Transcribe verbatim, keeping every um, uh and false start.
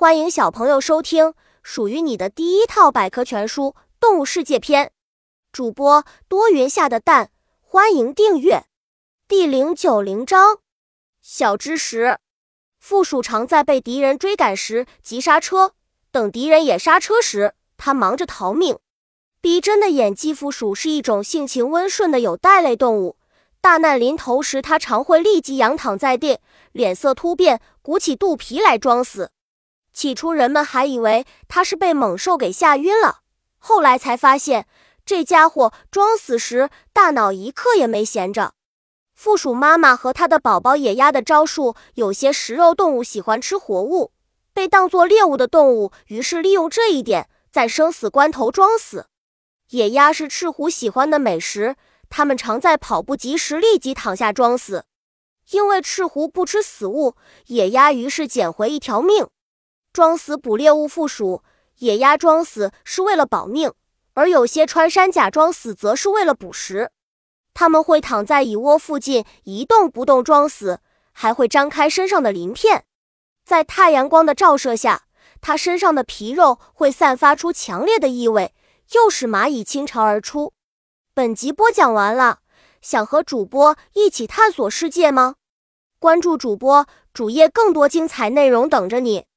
欢迎小朋友收听属于你的第一套百科全书《动物世界篇》。主播多云下的蛋，欢迎订阅。第零九零章，小知识：负鼠常在被敌人追赶时急刹车，等敌人也刹车时，它忙着逃命。逼真的演技，负鼠是一种性情温顺的有袋类动物。大难临头时，它常会立即仰躺在地，脸色突变，鼓起肚皮来装死。起初人们还以为它是被猛兽给吓晕了，后来才发现这家伙装死时大脑一刻也没闲着。负鼠妈妈和它的宝宝野鸭的招数，有些食肉动物喜欢吃活物，被当作猎物的动物于是利用这一点，在生死关头装死。野鸭是赤狐喜欢的美食，它们常在跑不及时立即躺下装死。因为赤狐不吃死物，野鸭于是捡回一条命。装死捕猎物负鼠，野鸭装死是为了保命，而有些穿山甲装死则是为了捕食。它们会躺在蚁窝附近一动不动装死，还会张开身上的鳞片。在太阳光的照射下，它身上的皮肉会散发出强烈的异味，诱使蚂蚁倾巢而出。本集播讲完了，想和主播一起探索世界吗？关注主播主页，更多精彩内容等着你。